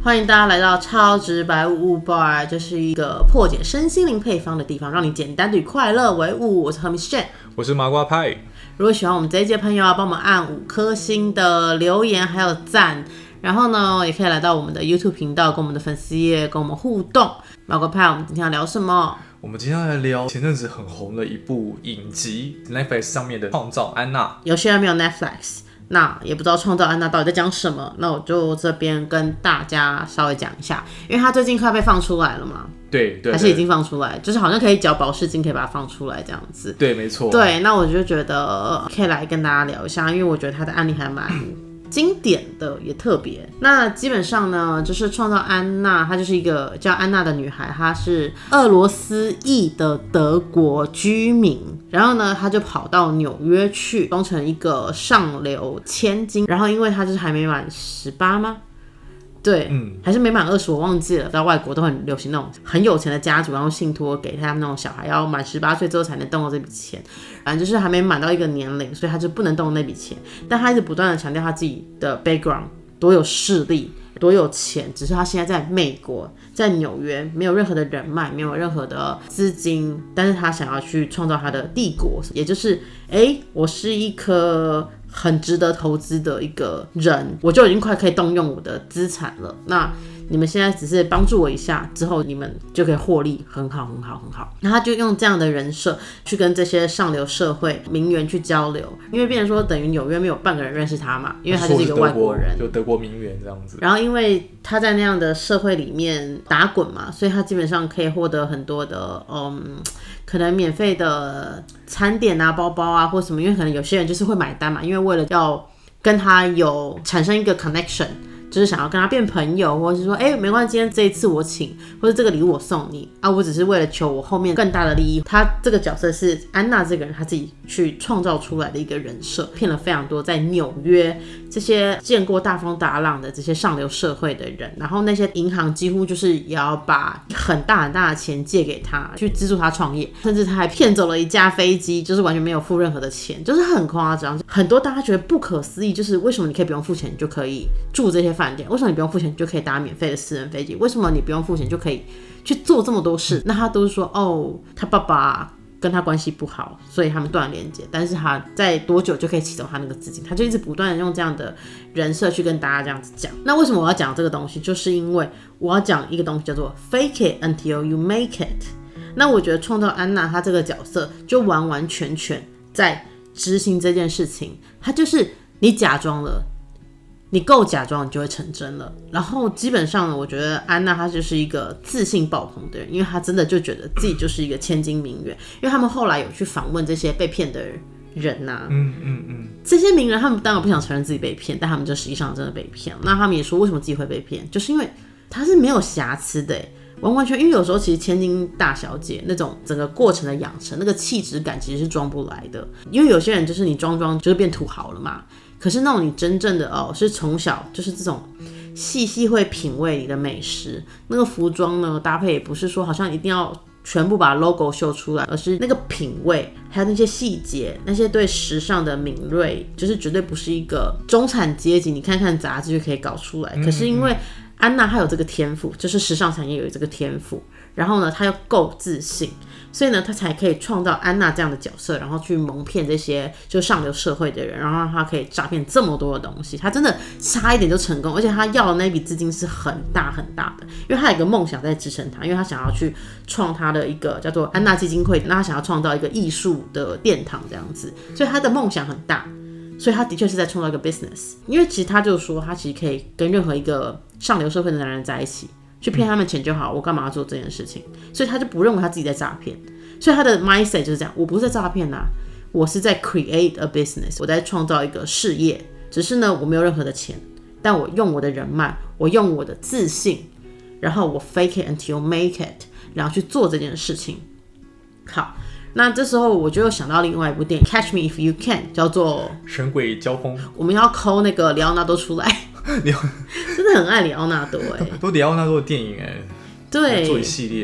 欢迎大家来到超直白物 bar， 这是一个破解身心灵配方的地方，让你简单的与快乐为伍。我是 Hermes Jane， 我是麻瓜派。 如果喜欢我们这一届朋友啊，帮我们按5颗星的留言还有赞，然后呢，也可以来到我们的 YouTube 频道，跟我们的粉丝页跟我们互动。麻瓜派，我们今天要聊什么？ 我们今天要来聊前阵子很红的一部影集 Netflix 上面的《创造安娜》。 有些人没有 Netflix， 那也不知道创造安娜到底在讲什么，那我就这边跟大家稍微讲一下，因为它最近快被放出来了嘛。 对， 还是已经放出来，就是好像可以缴保释金，可以把它放出来这样子。 对，没错。 对，那我就觉得可以来跟大家聊一下，因为我觉得他的案例还蛮经典的，也特别。那基本上呢，就是创造安娜，她就是一个叫安娜的女孩，她是俄罗斯裔的德国居民，然后呢，她就跑到纽约去，装成一个上流千金，然后因为她就是还没满18吗？对，还是没满20，我忘记了。在外国都很流行那种很有钱的家族，然后信托给他们那种小孩，要满18岁之后才能动到这笔钱。反正就是还没满到一个年龄，所以他就不能动那笔钱。但他一直不断的强调他自己的 background 多有势力，多有钱，只是他现在在美国，在纽约没有任何的人脉，没有任何的资金，但是他想要去创造他的帝国，也就是我是一颗很值得投资的一个人，我就已经快可以动用我的资产了。那你们现在只是帮助我一下，之后你们就可以获利，很好，很好，很好。那他就用这样的人设去跟这些上流社会名媛去交流，因为变成说等于纽约没有半个人认识他嘛，因为他就是一个外国人， 就德国名媛这样子。 然后因为他在那样的社会里面打滚嘛，所以他基本上可以获得很多的可能免费的餐点啊、包包啊或什么，因为可能有些人就是会买单嘛，因为为了要跟他有产生一个 connection， 就是想要跟他变朋友，或者是说没关系，今天这一次我请，或者这个礼物我送你啊，我只是为了求我后面更大的利益。他这个角色是安娜这个人他自己去创造出来的一个人设，骗了非常多在纽约这些见过大风大浪的这些上流社会的人，然后那些银行几乎就是也要把很大很大的钱借给他去资助他创业，甚至他还骗走了一架飞机，就是完全没有付任何的钱，就是很夸张。很多大家觉得不可思议，就是为什么你可以不用付钱你就可以住这些饭店，为什么你不用付钱你就可以搭免费的私人飞机，为什么你不用付钱就可以去做这么多事？那他都是说他爸爸跟他关系不好，所以他们断了连接，但是他在多久就可以启动他那个资金，他就一直不断的用这样的人设去跟大家这样子讲。那为什么我要讲这个东西，就是因为我要讲一个东西叫做 fake it until you make it。 那我觉得创造安娜她这个角色就完完全全在执行这件事情，她就是你假装了，你够假装，你就会成真了。然后基本上我觉得安娜她就是一个自信爆棚的人，因为她真的就觉得自己就是一个千金名媛。因为他们后来有去访问这些被骗的人啊，这些名人他们当然不想承认自己被骗，但他们就实际上真的被骗。那他们也说为什么自己会被骗，就是因为他是没有瑕疵的，完完全因为有时候其实千金大小姐那种整个过程的养成，那个气质感其实是装不来的。因为有些人就是你装就是变土豪了嘛，可是那种你真正的是从小就是这种细细会品味你的美食，那个服装呢搭配也不是说好像一定要全部把 logo 秀出来，而是那个品味还有那些细节，那些对时尚的敏锐，就是绝对不是一个中产阶级你看看杂志就可以搞出来。可是因为安娜她有这个天赋，就是时尚产业有这个天赋，然后呢她又够自信，所以呢她才可以创造安娜这样的角色，然后去蒙骗这些就上流社会的人，然后让她可以诈骗这么多的东西。她真的差一点就成功，而且她要的那笔资金是很大很大的，因为她有一个梦想在支撑她，因为她想要去创她的一个叫做安娜基金会，那她想要创造一个艺术的殿堂这样子，所以她的梦想很大。所以他的确是在创造一个 business， 因为其实他就说他其实可以跟任何一个上流社会的男人在一起，去骗他们钱就好，我干嘛要做这件事情？所以他就不认为他自己在诈骗，所以他的 mindset 就是这样，我不是在诈骗啊，我是在 create a business， 我在创造一个事业，只是呢我没有任何的钱，但我用我的人脉，我用我的自信，然后我 fake it until make it， 然后去做这件事情。好，那这时候我就想到另外一部电影 Catch Me If You Can， 叫做神鬼交锋。 我们要call那个里奥纳多出来真的很爱里奥纳多都里奥纳多的电影对，做一系列。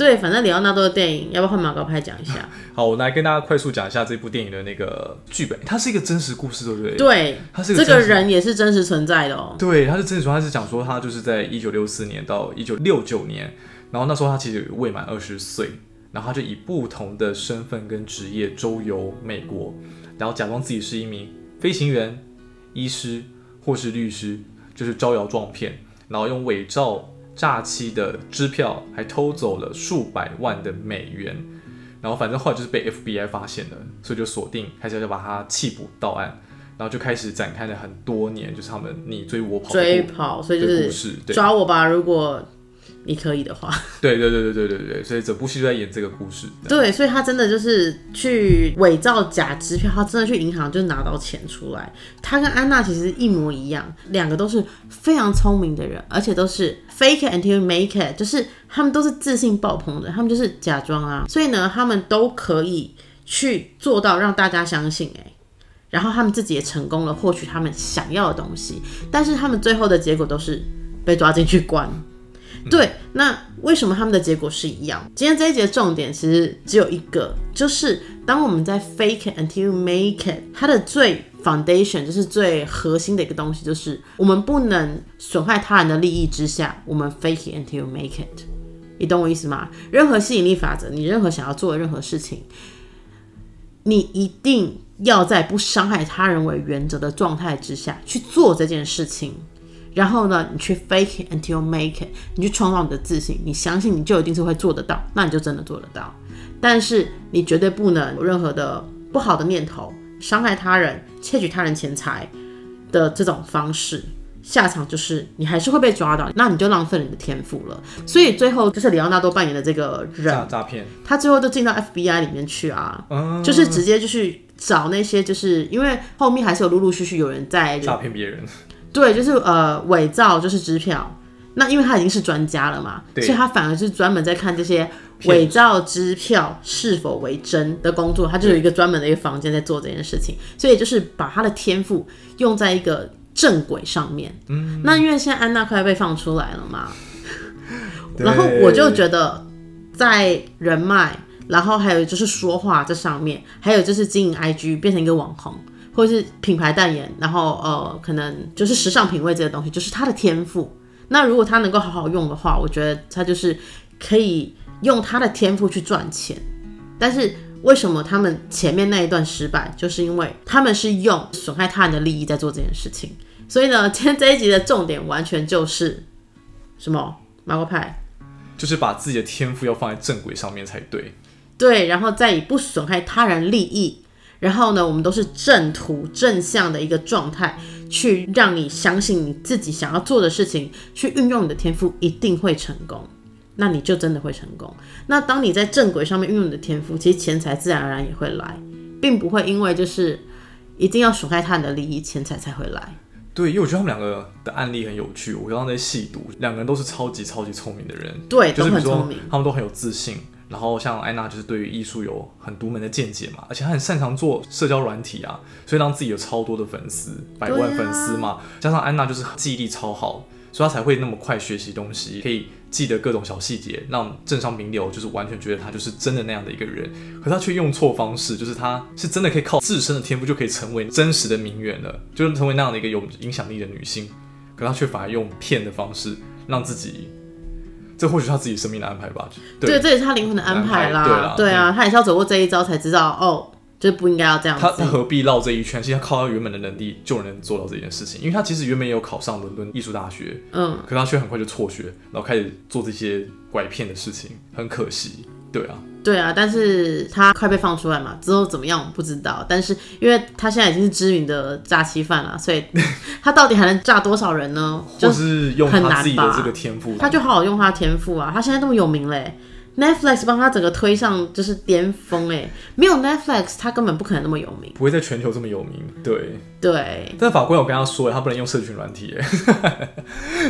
对，反正里奥纳多的电影，要不要换马高派讲一下？ 好，我来跟大家快速讲一下这部电影的那个剧本。它是一个真实故事，对不对？ 对， 它是这个人也是真实存在的哦。 对，他是真实存在，他是讲说他就是在1964年到1969年，然后那时候他其实未满20岁，然后他就以不同的身份跟职业周游美国，然后假装自己是一名飞行员、医师或是律师，就是招摇撞骗，然后用伪造诈欺的支票，还偷走了数百万的美元。然后反正后来就是被 FBI 发现了，所以就锁定，开始要把他缉捕到案，然后就开始展开了很多年，就是他们你追我跑的追跑，所以就是抓我吧，如果你可以的话。 对，所以整部戏就在演这个故事。 对，所以他真的就是去伪造假支票，他真的去银行就拿到钱出来。他跟安娜其实一模一样，两个都是非常聪明的人，而且都是 fake it until you make it， 就是他们都是自信爆棚的，他们就是假装啊。所以呢，他们都可以去做到让大家相信然后他们自己也成功了获取他们想要的东西，但是他们最后的结果都是被抓进去关。对，那为什么他们的结果是一样？今天这一节重点其实只有一个，就是当我们在 fake it until you make it， 它的最 foundation 就是最核心的一个东西，就是我们不能损害他人的利益之下，我们 fake it until you make it。你懂我意思吗？任何吸引力法则，你任何想要做的任何事情，你一定要在不伤害他人为原则的状态之下去做这件事情。然后呢，你去 fake it until you make it， 你去创造你的自信，你相信你就一定是会做得到，那你就真的做得到。但是你绝对不能有任何的不好的念头，伤害他人、窃取他人钱财的这种方式，下场就是你还是会被抓到，那你就浪费了你的天赋了。所以最后就是里奥纳多扮演的这个人诈骗， 他最后就进到 FBI 里面去啊，就是直接就去找那些，就是因为后面还是有陆陆续续有人在诈骗别人。 对，就是伪造就是支票。那因为他已经是专家了嘛，所以他反而是专门在看这些伪造支票是否为真的工作，他就有一个专门的一个房间在做这件事情，所以就是把他的天赋用在一个正轨上面。那因为现在安娜快被放出来了嘛，然后我就觉得在人脉，然后还有就是说话这上面，还有就是经营 IG 变成一个网红，或者是品牌代言，然后可能就是时尚品味这些东西，就是他的天赋。那如果他能够好好用的话，我觉得他就是可以用他的天赋去赚钱。但是为什么他们前面那一段失败，就是因为他们是用损害他人的利益在做这件事情。所以呢，今天这一集的重点完全就是什么？马国派就是把自己的天赋要放在正轨上面才对。 对，然后再以不损害他人利益，然后呢，我们都是正途正向的一个状态，去让你相信你自己想要做的事情，去运用你的天赋，一定会成功。那你就真的会成功。那当你在正轨上面运用你的天赋，其实钱财自然而然也会来，并不会因为就是一定要损害他人的利益，钱财才会来。 对，因为我觉得他们两个的案例很有趣，我刚刚在细读，两个人都是超级超级聪明的人， 对， 就是比如说都很聪明， 他们都很有自信。然后像安娜就是对于艺术有很独门的见解嘛，而且她很擅长做社交软体啊，所以让自己有超多的粉丝，100万粉丝嘛。加上安娜就是记忆力超好，所以她才会那么快学习东西，可以记得各种小细节，让政商名流就是完全觉得她就是真的那样的一个人。可是她却用错方式，就是她是真的可以靠自身的天赋就可以成为真实的名媛了，就是成为那样的一个有影响力的女性。可她却反而用骗的方式让自己。这或许是他自己生命的安排吧。 对，这也是他灵魂的安排啦。对啊，他也是要走过这一遭才知道，哦，就不应该要这样子。 他何必绕这一圈？其实他靠他原本的能力就能做到这件事情，因为他其实原本也有考上伦敦艺术大学，可他却很快就辍学，然后开始做这些拐骗的事情，很可惜。对啊，但是他快被放出来嘛，之后怎么样我不知道。但是因为他现在已经是知名的诈欺犯了，所以他到底还能诈多少人呢？ 或是用他自己的这个天赋， 他就好好用他的天赋啊！他现在那么有名嘞，Netflix 帮他整个推上就是巅峰哎，没有 Netflix 他根本不可能那么有名， 不会在全球这么有名。对， 但是法官有跟他说，他不能用社群软体哎。 我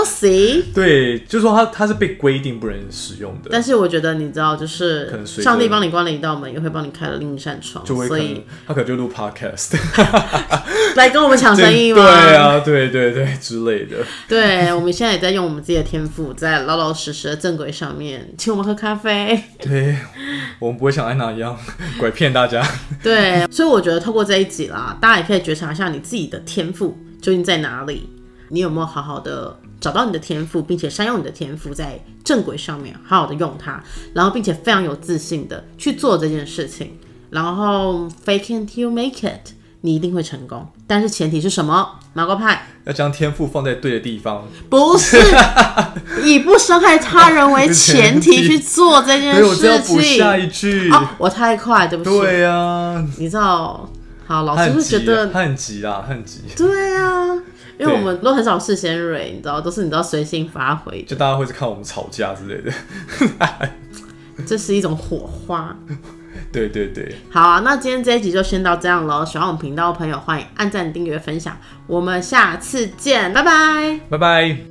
We'll see。 对，就是说它是被规定不能使用的。 但是我觉得你知道，就是可能随着上帝帮你关了一道门，也会帮你开了另一扇窗， 就会所以他可能就录 podcast 来跟我们抢生意吗？ 对啊，对对对之类的。 对，我们现在也在用我们自己的天赋，在老老实实的正轨上面，请我们喝咖啡。 对，我们不会像安娜一样拐骗大家。 对，所以我觉得透过这一集啦，大家也可以觉察一下你自己的天赋究竟在哪里，你有没有好好的找到你的天赋，并且善用你的天赋在正轨上面好好的用它，然后并且非常有自信的去做这件事情，然后 fake it till you make it， 你一定会成功。但是前提是什么？麻瓜派要将天赋放在对的地方， 不是以不伤害他人为前提去做这件事情。 对，我这要补下一句。 哦，我太快，对不起。 对啊， 你知道，好，老师会觉得他很急啦，他很急。 对啊，因为我们都很少事先蕊，你知道，都是你知道随性发挥， 就大家会看我们吵架之类的。 这是一种火花。 对对对， 好啊，那今天这一集就先到这样咯。喜欢我们频道的朋友，欢迎按赞、订阅、分享。我们下次见，拜拜， 拜拜。